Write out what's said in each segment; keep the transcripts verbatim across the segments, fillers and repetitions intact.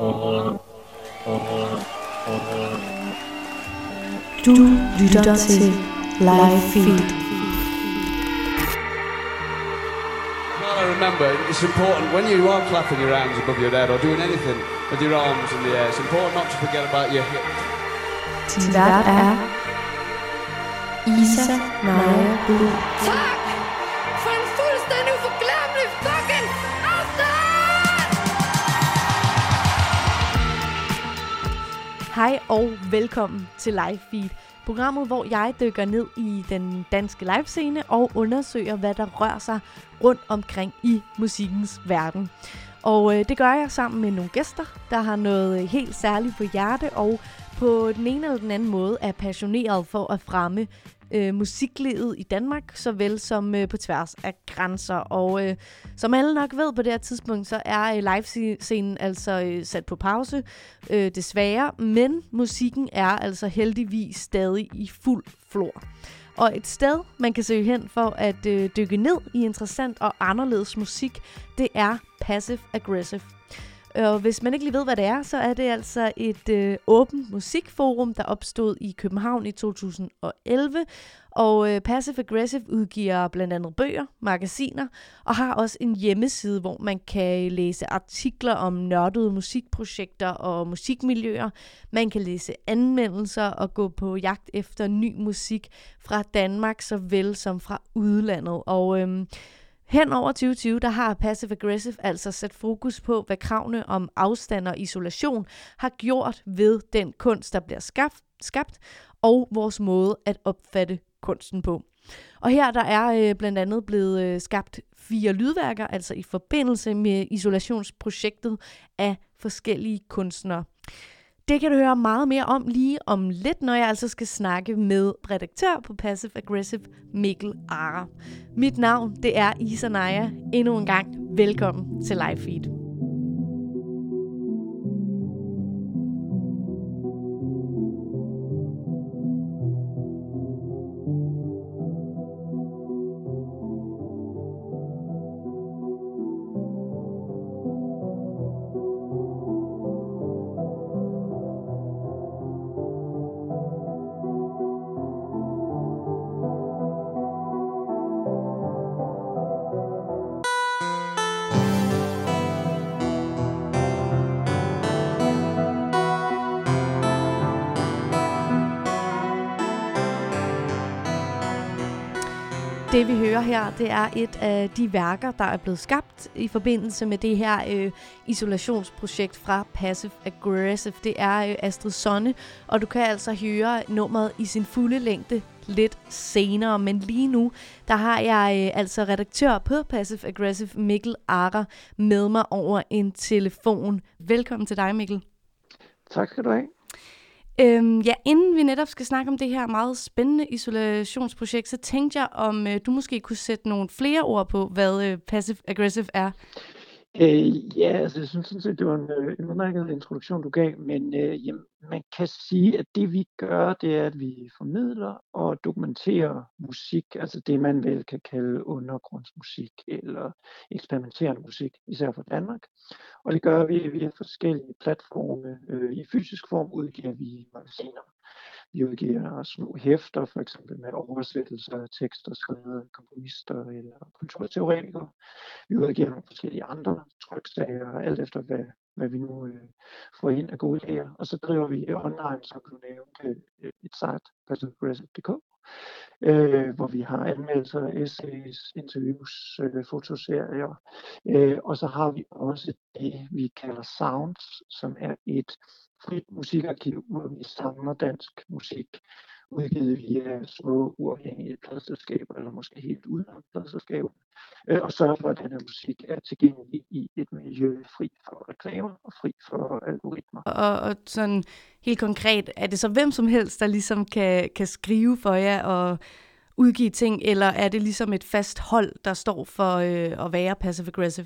Du lytter til Live Feed. Well, I remember it's important when you are clapping your hands above your head or doing anything with your arms in the air. It's important not to forget about your hips. Til vært er Isa Naja Buhl. Tak for en fuldstændig uforglemmelig fucking aften! Hej og velkommen til Live Feed. Programmet, hvor jeg dykker ned i den danske livescene og undersøger, hvad der rører sig rundt omkring i musikkens verden. Og øh, det gør jeg sammen med nogle gæster, der har noget helt særligt på hjerte og på den ene eller den anden måde er passioneret for at fremme øh, musiklivet i Danmark, såvel som øh, på tværs af grænser. Og øh, som alle nok ved på det her tidspunkt, så er øh, livescenen altså øh, sat på pause, øh, desværre. Men musikken er altså heldigvis stadig i fuld flor. Og et sted, man kan søge hen for at øh, dykke ned i interessant og anderledes musik, det er Passive Aggressive. Og hvis man ikke lige ved, hvad det er, så er det altså et øh, åbent musikforum, der opstod i København i to tusind og elleve. Og øh, Passive Aggressive udgiver blandt andet bøger, magasiner og har også en hjemmeside, hvor man kan læse artikler om nørdede musikprojekter og musikmiljøer. Man kan læse anmeldelser og gå på jagt efter ny musik fra Danmark, såvel som fra udlandet. Og øh, hen over tyve tyve, der har Passive Aggressive altså sat fokus på, hvad kravene om afstand og isolation har gjort ved den kunst, der bliver skabt, skabt og vores måde at opfatte kunsten på. Og her der er øh, blandt andet blevet øh, skabt fire lydværker, altså i forbindelse med isolationsprojektet af forskellige kunstnere. Det kan du høre meget mere om lige om lidt, når jeg altså skal snakke med redaktør på Passive Aggressive, Mikkel Ara. Mit navn, det er Isa Naja. Endnu en gang, velkommen til Live Feed. Det vi hører her, det er et af de værker, der er blevet skabt i forbindelse med det her øh, isolationsprojekt fra Passive Aggressive. Det er øh, Astrid Sonne, og du kan altså høre nummeret i sin fulde længde lidt senere. Men lige nu, der har jeg øh, altså redaktør på Passive Aggressive, Mikkel Ara, med mig over en telefon. Velkommen til dig, Mikkel. Tak skal du have. Øhm, ja, inden vi netop skal snakke om det her meget spændende isolationsprojekt, så tænkte jeg, om øh, du måske kunne sætte nogle flere ord på, hvad øh, Passive Aggressive er. Øh, ja, altså jeg synes sådan set, det var en, øh, en udmærket introduktion, du gav, men øh, jamen, man kan sige, at det vi gør, det er, at vi formidler og dokumenterer musik, altså det man vel kan kalde undergrundsmusik eller eksperimenterende musik, især fra Danmark. Og det gør vi via forskellige platforme. Øh, I fysisk form udgiver vi magasiner. Vi udgiver små hæfter, for eksempel med oversættelser af tekster skrevet af komponister eller kulturteoretikere. Vi udgiver nogle forskellige andre tryksager, alt efter hvad, hvad vi nu øh, får ind af gode idéer. Og så driver vi online, som du nævnte, et site, passive aggressive punktum d k, øh, hvor vi har anmeldelser, essays, interviews, øh, fotoserier. Øh, og så har vi også det, vi kalder Sounds, som er et frit musikarkiv, hvor vi samler dansk musik, udgivet via små uafhængige pladselskaber, eller måske helt uden pladselskaber, øh, og sørger for, at den her musik er tilgængelig i et miljø fri for reklamer og fri for algoritmer. Og, og sådan helt konkret, er det så hvem som helst, der ligesom kan, kan skrive for jer og udgive ting, eller er det ligesom et fast hold, der står for øh, at være Passive Aggressive?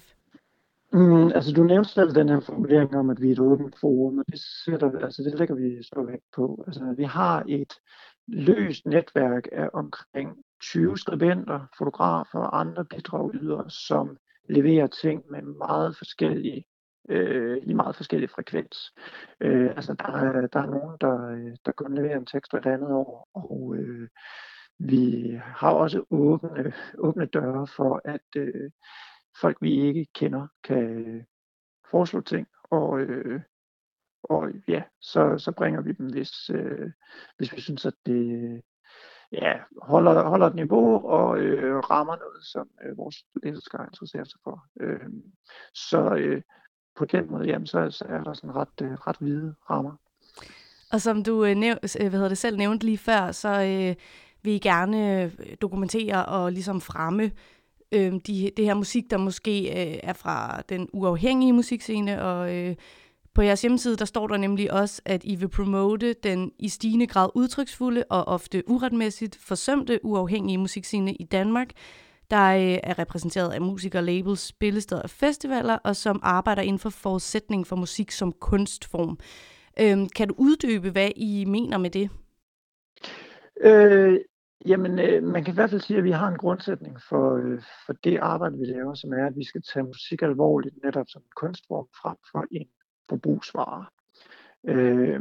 Mm, altså du nævnte selv den her formulering om, at vi er et åbent forum, og det, sætter, altså, det lægger vi så vægt på. Altså, vi har et løst netværk af omkring tyve skribenter, fotografer og andre bidragydere, som leverer ting med meget forskellige øh, i meget forskellig frekvens. Øh, altså der, er- der er nogen, der, øh, der kun leverer en tekst hvert andet år, og øh, vi har også åbne, åbne døre for, at øh, folk, vi ikke kender, kan øh, foreslå ting, og, øh, og ja, så, så bringer vi dem, hvis, øh, hvis vi synes, at det ja, holder, holder et niveau og øh, rammer noget, som øh, vores læserskare interesserer sig for. Øh, så øh, på den måde, jamen, så, så er der sådan ret, øh, ret hvide rammer. Og som du øh, næv- øh, hvad hedder det, selv nævnte lige før, så øh, vil I gerne øh, dokumentere og ligesom fremme øh, de, det her musik, der måske øh, er fra den uafhængige musikscene. Og øh, på jeres hjemmeside, der står der nemlig også, at I vil promote den i stigende grad udtryksfulde og ofte uretmæssigt forsømte uafhængige musikscene i Danmark, der øh, er repræsenteret af musikere, labels, spillesteder og festivaler, og som arbejder inden for forudsætning for musik som kunstform. Øhm, kan du uddybe, hvad I mener med det? Øh, jamen, øh, man kan i hvert fald sige, at vi har en grundsætning for, øh, for det arbejde, vi laver, som er, at vi skal tage musik alvorligt, netop som en kunstform frem for en forbrugsvare. Øh,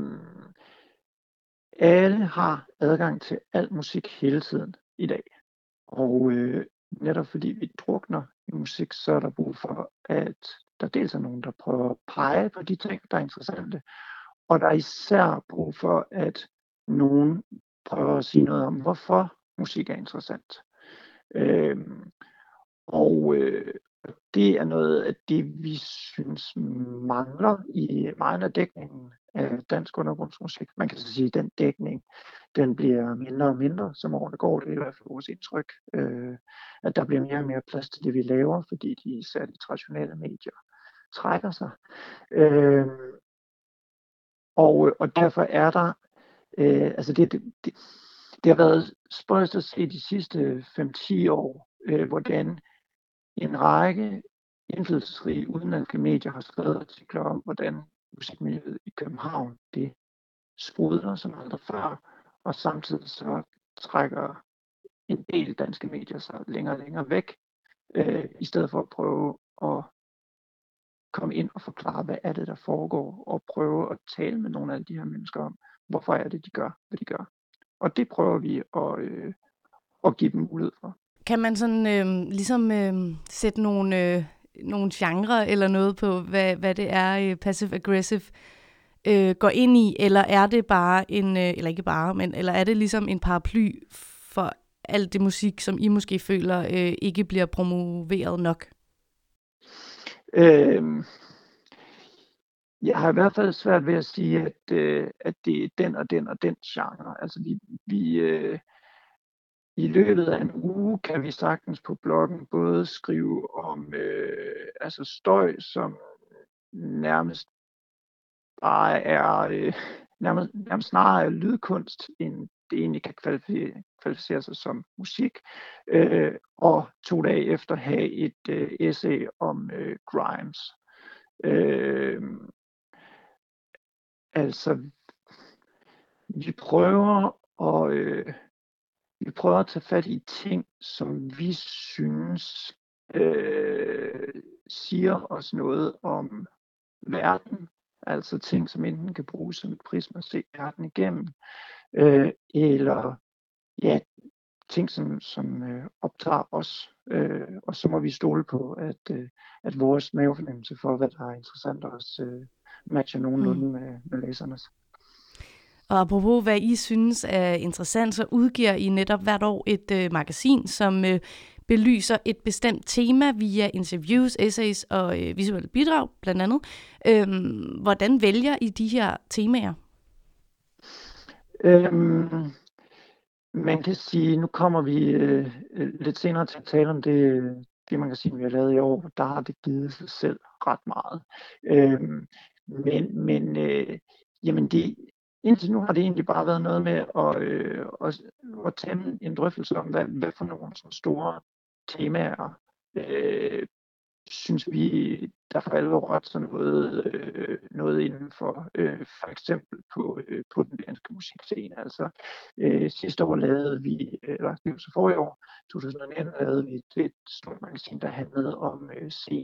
alle har adgang til al musik hele tiden i dag. Og øh, netop fordi vi drukner i musik, så er der brug for, at der dels er nogen, der prøver at pege på de ting, der er interessante, og der er især brug for, at nogen prøver at sige noget om, hvorfor musik er interessant. Øhm, og øh, det er noget af det, vi synes mangler i meget af dækningen af dansk undergrundsmusik. Man kan så sige, at den dækning, den bliver mindre og mindre, som årene går. Det er i hvert fald vores indtryk, øh, at der bliver mere og mere plads til det, vi laver, fordi de især de traditionelle medier trækker sig. Øh, og, og derfor er der, øh, altså det, det, det, det har været spøjst at se de sidste fem til ti år, øh, hvordan en række indflydelsesrige udenlandske medier har skrevet artikler om, hvordan musikmiljøet i København, det sprudler som aldrig før, og samtidig så trækker en del danske medier sig længere og længere væk, øh, i stedet for at prøve at komme ind og forklare, hvad er det, der foregår, og prøve at tale med nogle af de her mennesker om, hvorfor er det, de gør, hvad de gør. Og det prøver vi at, øh, at give dem mulighed for. Kan man sådan øh, ligesom øh, sætte nogle, øh, nogle genre eller noget på, hvad, hvad det er, øh, passive-aggressive øh, går ind i, eller er det bare en, øh, eller ikke bare, men eller er det ligesom en paraply for alt det musik, som I måske føler øh, ikke bliver promoveret nok? Øhm, jeg har i hvert fald svært ved at sige, at, øh, at det er den og den og den genre. Altså vi, vi øh, i løbet af en uge kan vi sagtens på bloggen både skrive om øh, altså støj, som nærmest bare er øh, nærmest, nærmest snarere er lydkunst, end det egentlig kan kvalificere, kvalificere sig som musik, øh, og to dage efter have et øh, essay om øh, Grimes. Øh, altså, vi prøver at øh, vi prøver at tage fat i ting, som vi synes øh, siger os noget om verden. Altså ting, som enten kan bruges som et prisme at se verden igennem, øh, eller ja, ting, som, som øh, optager os. Øh, og så må vi stole på, at, øh, at vores mavefornemmelse for, hvad der er interessant, også øh, matcher nogenlunde mm. med, med læsernes. Og apropos hvad I synes er interessant, så udgiver I netop hvert år et øh, magasin, som øh, belyser et bestemt tema via interviews, essays og øh, visuelle bidrag, blandt andet. Øhm, hvordan vælger I de her temaer? Øhm, man kan sige, nu kommer vi øh, lidt senere til at tale om det, det magasin, vi har lavet i år. Der har det givet sig selv ret meget. Øhm, men men øh, jamen det, indtil nu har det egentlig bare været noget med at, øh, at, at tage en drøftelse om, hvad, hvad for nogle sådan store temaer øh, synes vi, der for alvor rørt sådan noget, øh, noget inden for, øh, for eksempel på, øh, på den danske musikscene. Altså øh, sidste år lavede vi, eller det var så forrige år, to tusind nitten, lavede vi et, et stort magasin, der handlede om øh, scener.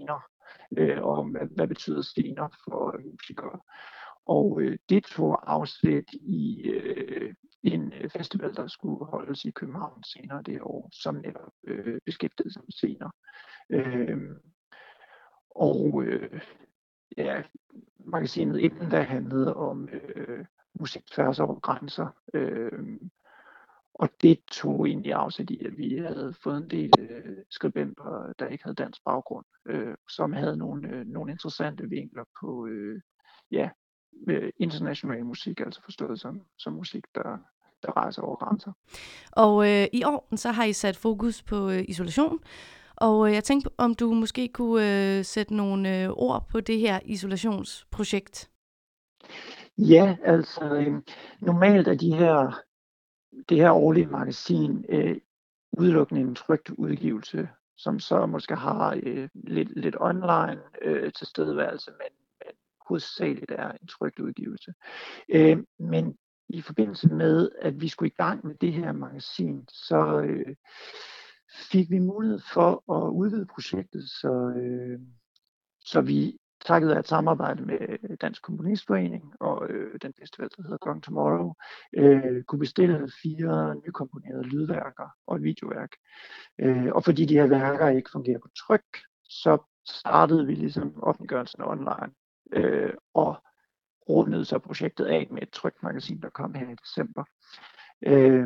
øh, og hvad, hvad betyder scener for øh, musikere. Og øh, det tog afsæt i øh, en festival, der skulle holdes i København senere det år, som netop øh, beskæftigede sig med scener. Øh, og øh, ja, magasinet inden der handlede om øh, musik tværs over grænser. Øh, og det tog egentlig afsæt i, at vi havde fået en del øh, skribenter, der ikke havde dansk baggrund, øh, som havde nogle, øh, nogle interessante vinkler på øh, ja, øh, international musik, altså forstået som, som musik, der, der rejser over grænser. Og øh, i år så har I sat fokus på øh, isolation, og øh, jeg tænkte, om du måske kunne øh, sætte nogle øh, ord på det her isolationsprojekt. Ja, altså øh, normalt er de her, det her årlige magasin øh, udelukkende en trykt udgivelse, som så måske har øh, lidt, lidt online øh, tilstedeværelse, men, men hovedsageligt er en trykt udgivelse. Øh, men i forbindelse med, at vi skulle i gang med det her magasin, så øh, fik vi mulighed for at udvide projektet, så, øh, så vi takket af et samarbejde med Dansk Komponistforening og øh, den festival, der hedder Gone Tomorrow, øh, kunne bestille fire nykomponerede lydværker og et videoværk. Øh, og fordi de her værker ikke fungerer på tryk, så startede vi ligesom offentliggørelsen online øh, og rundede så projektet af med et trykt magasin, der kom her i december. Øh,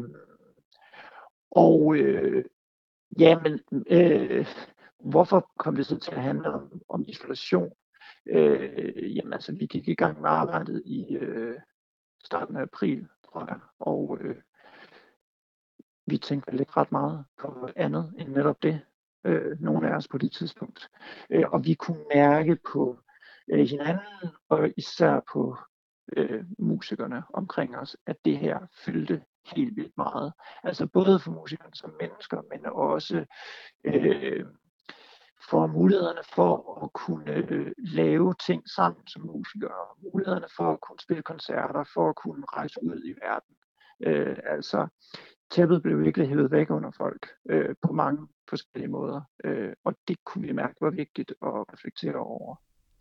og øh, ja, men øh, hvorfor kom det så til at handle om, om isolation? Øh, jamen altså, vi gik i gang med arbejdet i øh, starten af april, tror jeg, og øh, vi tænkte vel ikke ret meget på andet end netop det, øh, nogle af os på det tidspunkt. Øh, og vi kunne mærke på øh, hinanden, og især på øh, musikerne omkring os, at det her fyldte helt vildt meget. Altså både for musikerne som mennesker, men også øh, for mulighederne for at kunne øh, lave ting sammen som musikere, mulighederne for at kunne spille koncerter, for at kunne rejse ud i verden. Øh, altså, tæppet blev virkelig hævet væk under folk øh, på mange forskellige måder, øh, og det kunne vi mærke var vigtigt at reflektere over.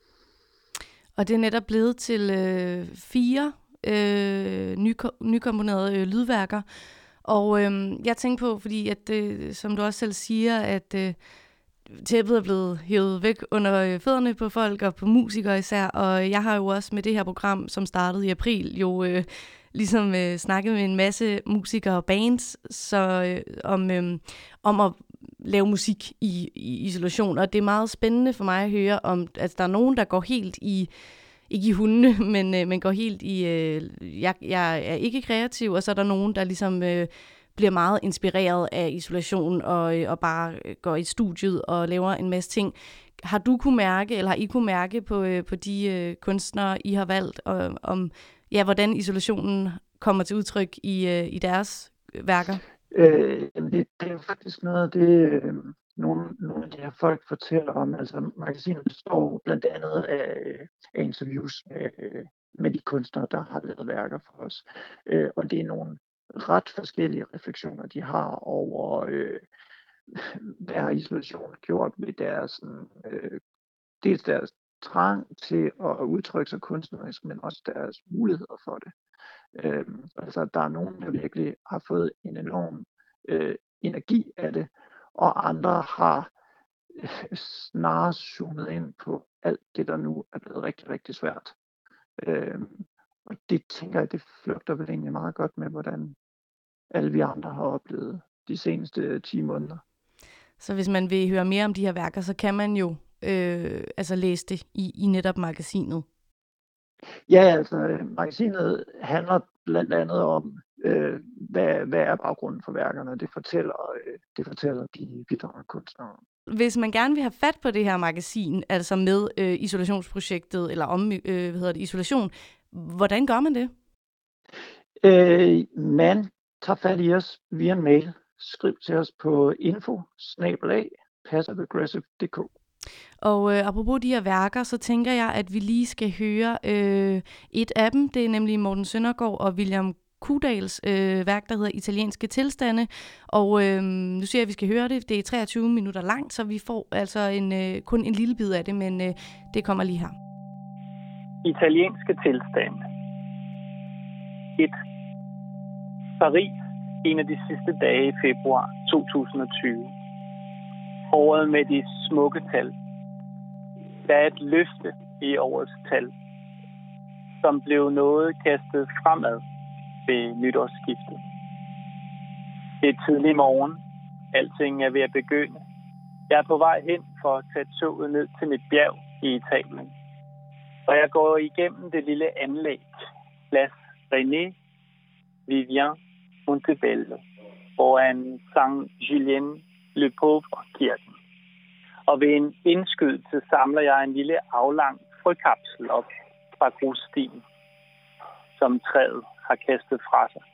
Og det er netop blevet til øh, fire øh, nyko- nykomponerede øh, lydværker, og øh, jeg tænker på, fordi at øh, som du også selv siger, at øh, tæppet er blevet hævet væk under fødderne på folk og på musikere især, og jeg har jo også med det her program, som startede i april, jo øh, ligesom øh, snakket med en masse musikere og bands så, øh, om, øh, om at lave musik i, i isolation, og det er meget spændende for mig at høre, om at der er nogen, der går helt i, ikke i hundene, men, øh, men går helt i, øh, jeg, jeg er ikke kreativ, og så er der nogen, der ligesom øh, bliver meget inspireret af isolation og, og bare går i studiet og laver en masse ting. Har du kunne mærke, eller har I kunne mærke på, på de øh, kunstnere, I har valgt, og, om ja, hvordan isolationen kommer til udtryk i, øh, i deres værker? Øh, det, det er jo faktisk noget af det, øh, nogle, nogle af de her folk fortæller om. Altså magasinet består blandt andet af, af interviews med, med de kunstnere, der har lavet værker for os. Øh, og det er nogle ret forskellige refleksioner, de har over, øh, hvad har isolationen gjort ved deres, øh, dels deres trang til at udtrykke sig kunstnerisk, men også deres muligheder for det. Øh, altså, der er nogen, der virkelig har fået en enorm øh, energi af det, og andre har øh, snarere zoomet ind på alt det, der nu er blevet rigtig, rigtig svært. Øh, og det tænker jeg, det flugter vel egentlig meget godt med, hvordan alle vi andre har oplevet de seneste ti måneder. Så hvis man vil høre mere om de her værker, så kan man jo øh, altså læse det i, i netop magasinet. Ja, altså magasinet handler blandt andet om, øh, hvad, hvad er baggrunden for værkerne. Det fortæller, øh, det fortæller de bidragende kunstnere. Hvis man gerne vil have fat på det her magasin, altså med øh, isolationsprojektet, eller om øh, hvad hedder det, isolation, hvordan gør man det? Øh, man tager fat i os via en mail. Skriv til os på info snabel-a passive aggressive punktum d k. Og øh, apropos de her værker, så tænker jeg, at vi lige skal høre øh, et af dem. Det er nemlig Morten Søndergaard og William Kudals øh, værk, der hedder Italienske tilstande. Og øh, nu siger jeg, at vi skal høre det. Det er treogtyve minutter langt, så vi får altså en, øh, kun en lille bid af det, men øh, det kommer lige her. Italienske tilstande. et. Paris, en af de sidste dage i februar to tusind og tyve. Året med de smukke tal. Der er et løfte i årets tal, som blev noget kastet fremad ved nytårsskiftet. Det er tidlig morgen. Alting er ved at begynde. Jeg er på vej hen for at tage toget ned til mit bjerg i Italien. Og jeg går igennem det lille anlæg, Place René Vivien Montebello, foran Saint Julien Le Pauvre kirken. Og ved en indskydelse samler jeg en lille aflang frøkapsel op fra grusstien, som træet har kastet fra sig.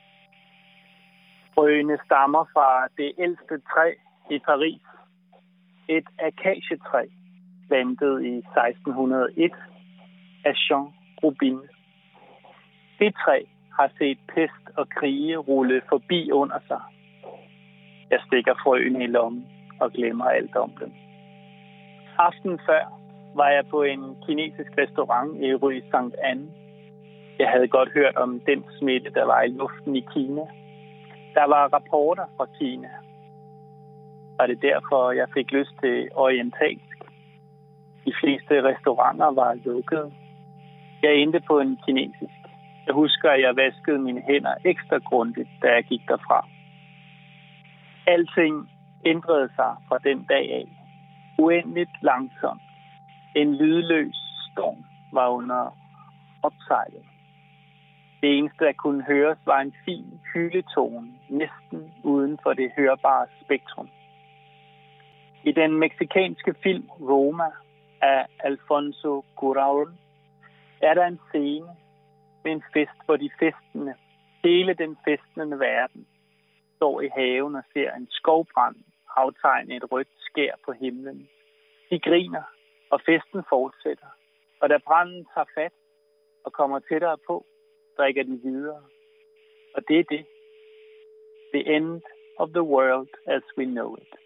Frøene stammer fra det ældste træ i Paris, et akacietræ plantet i seksten hundrede og en af Jean Rubin. Det træ har set pest og krige rulle forbi under sig. Jeg stikker frøene i lommen og glemmer alt om dem. Aften før var jeg på en kinesisk restaurant i Rue Sainte Anne. Jeg havde godt hørt om den smitte, der var i luften i Kina. Der var rapporter fra Kina. Var det derfor, jeg fik lyst til orientalsk? De fleste restauranter var lukkede. Jeg endte på en kinesisk. Jeg husker, at jeg vaskede mine hænder ekstra grundigt, da jeg gik derfra. Alting ændrede sig fra den dag af. Uendeligt langsomt. En lydløs storm var under opsejlet. Det eneste, der kunne høres, var en fin hyletone, næsten uden for det hørbare spektrum. I den meksikanske film Roma af Alfonso Cuarón er der en scene med en fest, hvor de festende, hele den festende verden, står i haven og ser en skovbrand aftegne et rødt skær på himlen. De griner, og festen fortsætter. Og da branden tager fat og kommer tættere på, drikker de videre. Og det er det. The end of the world as we know it.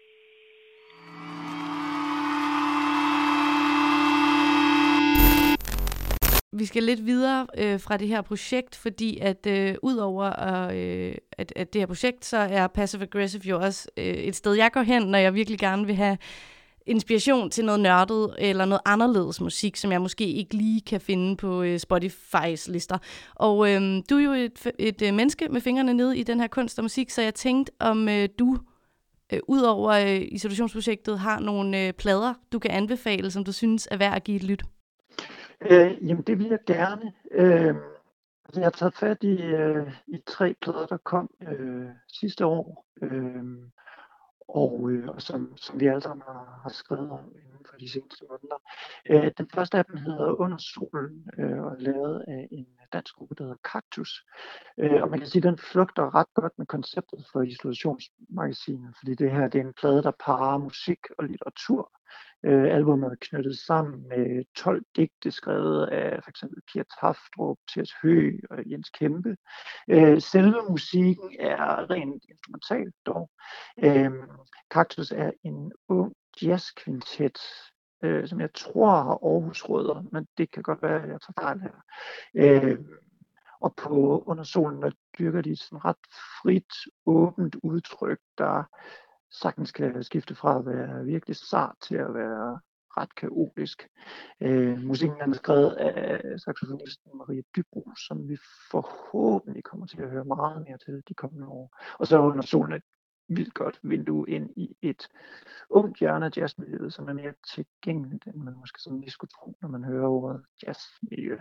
Vi skal lidt videre øh, fra det her projekt, fordi at øh, udover øh, at, at det her projekt, så er Passive Aggressive jo også øh, et sted, jeg går hen, når jeg virkelig gerne vil have inspiration til noget nørdet eller noget anderledes musik, som jeg måske ikke lige kan finde på øh, Spotifys lister. Og øh, du er jo et, et øh, menneske med fingrene nede i den her kunst og musik, så jeg tænkte, om øh, du øh, udover øh, isolationsprojektet har nogle øh, plader, du kan anbefale, som du synes er værd at give et lyt. Øh, jamen det vil jeg gerne. Øh, altså jeg har taget fat i, øh, i tre plader, der kom øh, sidste år, øh, og, øh, og som, som vi alle sammen har, har skrevet om inden for de seneste måneder. Øh, den første af dem hedder Under solen, øh, og er lavet af en dansk gruppe, der hedder Kaktus. Øh, og man kan sige, at den flugter ret godt med konceptet for Isolationsmagasinet, fordi det her det er en plade, der parer musik og litteratur. Øh, albumet er knyttet sammen med tolv digte skrevet af for eksempel Pia Taftrup, Thiers Høgh og Jens Kæmpe. Øh, selve musikken er rent instrumental dog. Øh, Kaktus er en ung jazzkvintet, øh, som jeg tror har Aarhus rødder, men det kan godt være, at jeg tager fejl her. Øh, og på Under solen, der dyrker de sådan ret frit, åbent udtryk, der sagtens kan skifte fra at være virkelig sart til at være ret kaotisk. Øh, musikken er skrevet af saxofonisten Maria Dybro, som vi forhåbentlig kommer til at høre meget mere til de kommende år. Og så Under solen et vildt godt vindue ind i et ungt hjørne af jazzmiljøet, som er mere tilgængeligt, end man måske sådan lige skulle tro, når man hører ordet jazzmiljø.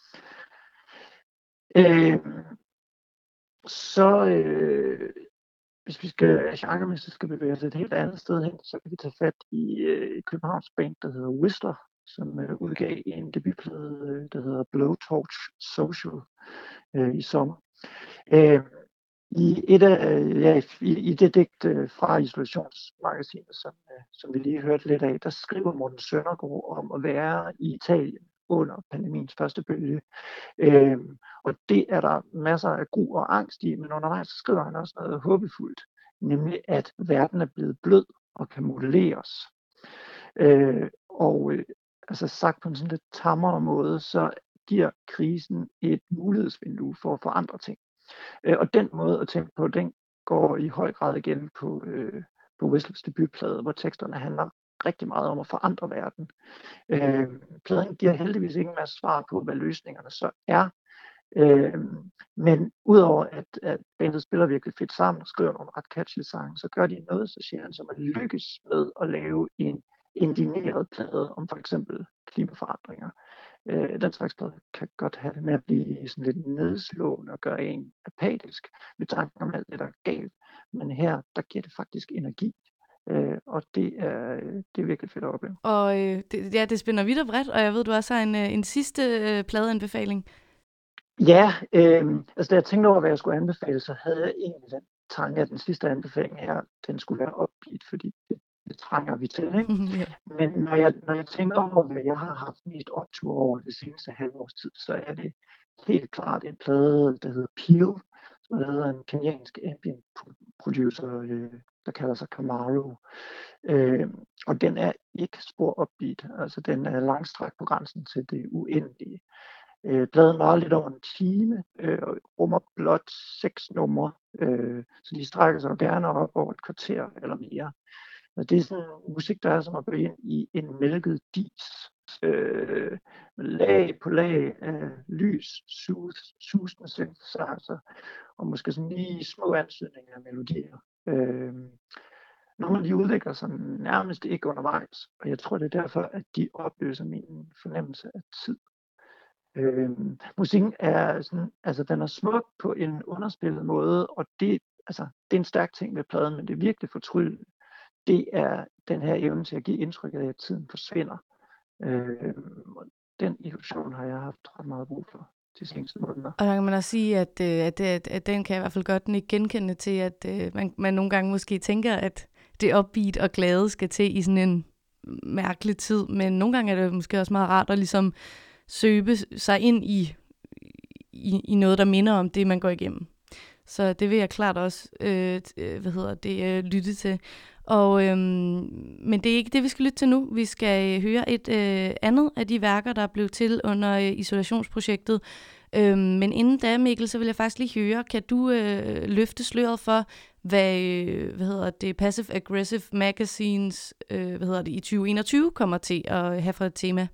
Øh, så øh, hvis vi skal genremæssigt skal bevæge os et helt andet sted hen, så kan vi tage fat i øh, et Københavns band, der hedder Whistler, som øh, udgav en debutplade, øh, der hedder Blowtorch Social øh, i sommer. Øh, I, et af, ja, i, i det digt øh, fra Isolationsmagasinet, som, øh, som vi lige hørte lidt af, der skriver Morten Søndergaard om at være i Italien under pandemiens første bølge. Øh, og det er der masser af gru og angst i, men undervejs så skriver han også noget håbefuldt, nemlig at verden er blevet blød og kan modelleres. Øh, og øh, altså sagt på en sådan lidt tammere måde, så giver krisen et mulighedsvindue for at forandre ting. Øh, og den måde at tænke på, den går i høj grad igen på, øh, på Westlofs debutplade, hvor teksterne handler rigtig meget om at forandre verden. Øh, pladen giver heldigvis ikke en masse svar på, hvad løsningerne så er. Øh, men udover at, at bandet spiller virkelig fedt sammen og skriver nogle ret catchy sange, så gør de noget så sjældent som at lykkes med at lave en indigneret plade om for eksempel klimaforandringer. Øh, den slags plade kan godt have det med at blive sådan lidt nedslående og gøre en apatisk med tanken om alt det, der er galt. Men her, der giver det faktisk energi. Øh, og det er, det er virkelig fedt at opleve. Og øh, det, ja, det spænder vidt og bredt, og jeg ved, du også har en, en sidste øh, pladeanbefaling. Ja, øh, altså da jeg tænkte over, hvad jeg skulle anbefale, så havde jeg egentlig den tanke, at den sidste anbefaling her, den skulle være upbeat, fordi det, det trænger vi til, ikke? Ja. Men når jeg, når jeg tænker over, hvad jeg har haft mest optur over det seneste halvårs tid, så er det helt klart en plade, der hedder Peel, som er lavet af en kenyansk ambient producer, øh, der kalder sig Kamaru. Øh, og den er ikke spor upbeat, altså den er langstrakt på grænsen til det uendelige. Øh, pladen var lidt over en time øh, og rummer blot seks numre, øh, så de strækker sig gerne op over et kvarter eller mere. Og det er sådan musik, der er som at gå ind i en mælket dis, øh, med lag på lag af lys, sus, susende synthesizer, og måske sådan lige små ansøgninger af melodier. Øh, nogle af de udvikler sig nærmest ikke undervejs, og jeg tror, det er derfor, at de opløser min fornemmelse af tid. Øh, musikken er sådan, altså den er smuk på en underspillet måde, og det, altså, det er en stærk ting ved pladen, men det er virkelig fortryllende. Det er den her evne til at give indtryk af, at tiden forsvinder. Øh, den illusion har jeg haft ret meget brug for de seneste måneder. Og der kan man også sige, at, at, at, at den kan jeg i hvert fald godt ikke genkende til, at uh, man, man nogle gange måske tænker, at det upbeat og glade skal til i sådan en mærkelig tid, men nogle gange er det måske også meget rart at ligesom søbe sig ind i, i, i noget, der minder om det, man går igennem. Så det vil jeg klart også øh, hvad hedder det, øh, lytte til. Og, øhm, men det er ikke det, vi skal lytte til nu. Vi skal øh, høre et øh, andet af de værker, der blev til under øh, isolationsprojektet. Øhm, men inden da, Mikkel, så vil jeg faktisk lige høre, kan du øh, løfte sløret for, hvad, øh, hvad hedder det, Passive Aggressive Magazines øh, hvad hedder det, i tyve enogtyve kommer til at have for et tema?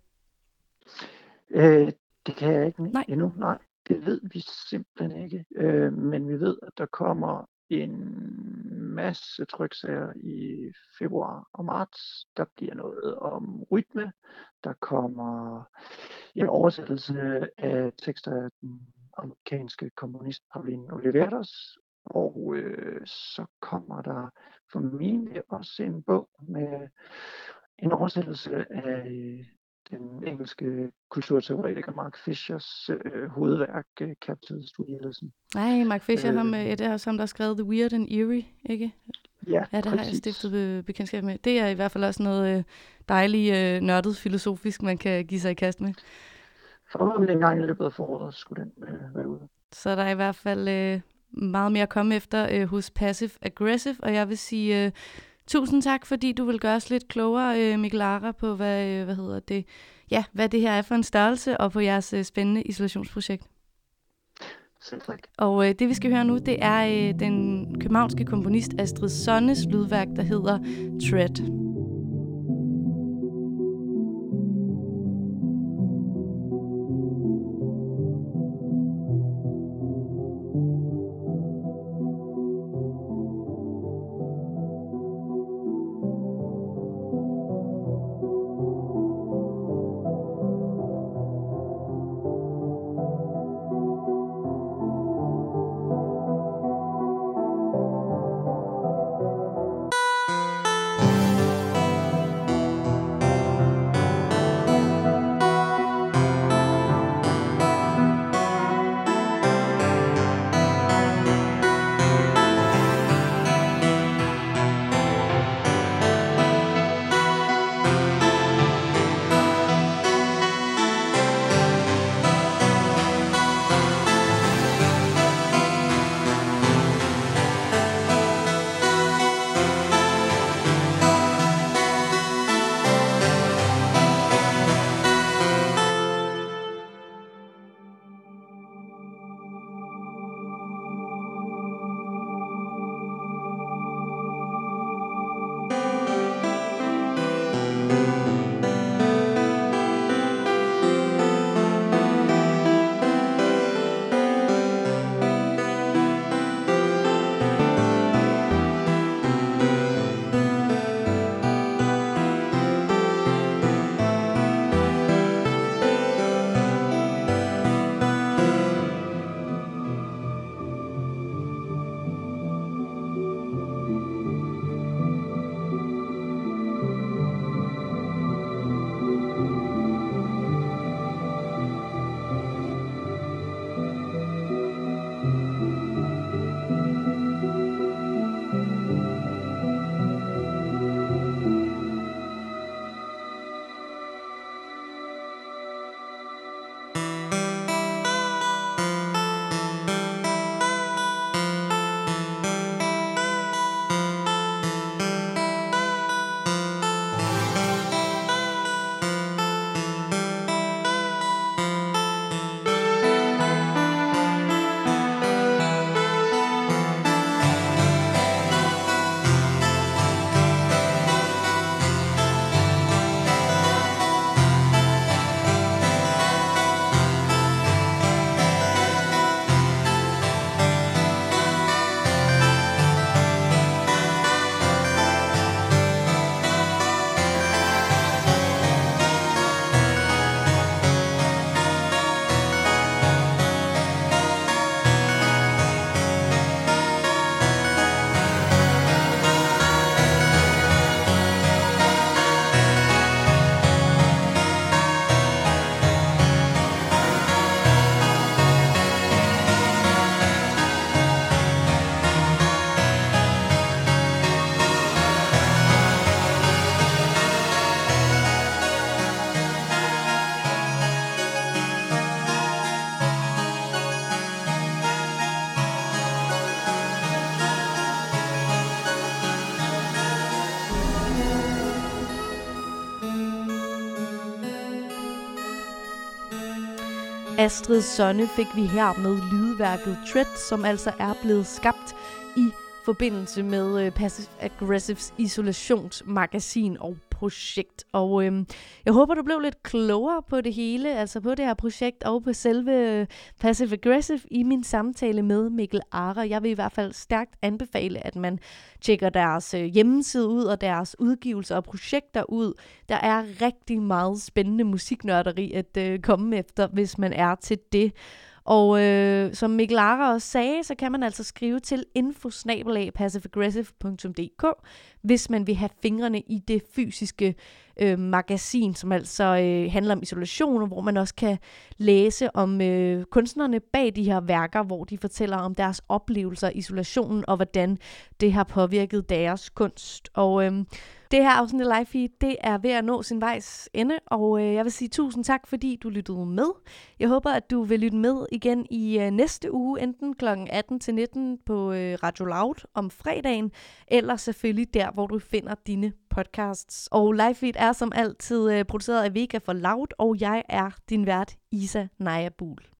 Øh, det kan jeg ikke Nej. endnu, nej. Det ved vi simpelthen ikke. Øh, men vi ved, at der kommer en masse tryksager i februar og marts. Der bliver noget om rytme. Der kommer en oversættelse af tekster af den amerikanske komponist Paulina Oliveros. Og øh, så kommer der formentlig også en bog med en oversættelse af den engelske kulturteoretiker Mark Fischers øh, hovedværk, øh, Capitalist Realism. Nej, Mark Fischer, øh, ham, ja, det er også ham, der har skrevet The Weird and Eerie, ikke? Ja, ja det præcis. Har jeg stiftet be- bekendtskab med. Det er i hvert fald også noget øh, dejligt øh, nørdet filosofisk, man kan give sig i kast med. Forhåbentlig en gang i løbet af foråret skulle den øh, være ude. Så der er i hvert fald øh, meget mere at komme efter øh, hos Passive Aggressive, og jeg vil sige øh, tusind tak, fordi du vil gøre os lidt klogere, øh, Mikkel Ara, på hvad, øh, hvad hedder det, ja, hvad det her er for en størrelse, og på jeres øh, spændende isolationsprojekt. Selv tak. Og øh, det vi skal høre nu, det er øh, den københavnske komponist Astrid Sonnes lydværk, der hedder Tread. Astrid Sonne fik vi her med lydværket Tread, som altså er blevet skabt i forbindelse med øh, Passive Aggressives isolationsmagasin og projekt. Og øhm, jeg håber, du blev lidt klogere på det hele, altså på det her projekt og på selve øh, Passive Aggressive i min samtale med Mikkel Ara. Jeg vil i hvert fald stærkt anbefale, at man tjekker deres øh, hjemmeside ud og deres udgivelser og projekter ud. Der er rigtig meget spændende musiknørderi at øh, komme efter, hvis man er til det. Og øh, som Mikkel Ara også sagde, så kan man altså skrive til info snabel-a passive aggressive punktum d k, hvis man vil have fingrene i det fysiske øh, magasin, som altså øh, handler om isolation, hvor man også kan læse om øh, kunstnerne bag de her værker, hvor de fortæller om deres oplevelser af isolationen, og hvordan det har påvirket deres kunst. Og øh, det her afsnit af Livefeed, det er ved at nå sin vejs ende, og øh, jeg vil sige tusind tak, fordi du lyttede med. Jeg håber, at du vil lytte med igen i øh, næste uge, enten klokken atten til nitten på øh, Radio Loud om fredagen, eller selvfølgelig der, hvor du finder dine podcasts. Og Livefeed er som altid øh, produceret af Vega for Loud, og jeg er din vært, Isa Naja Buhl.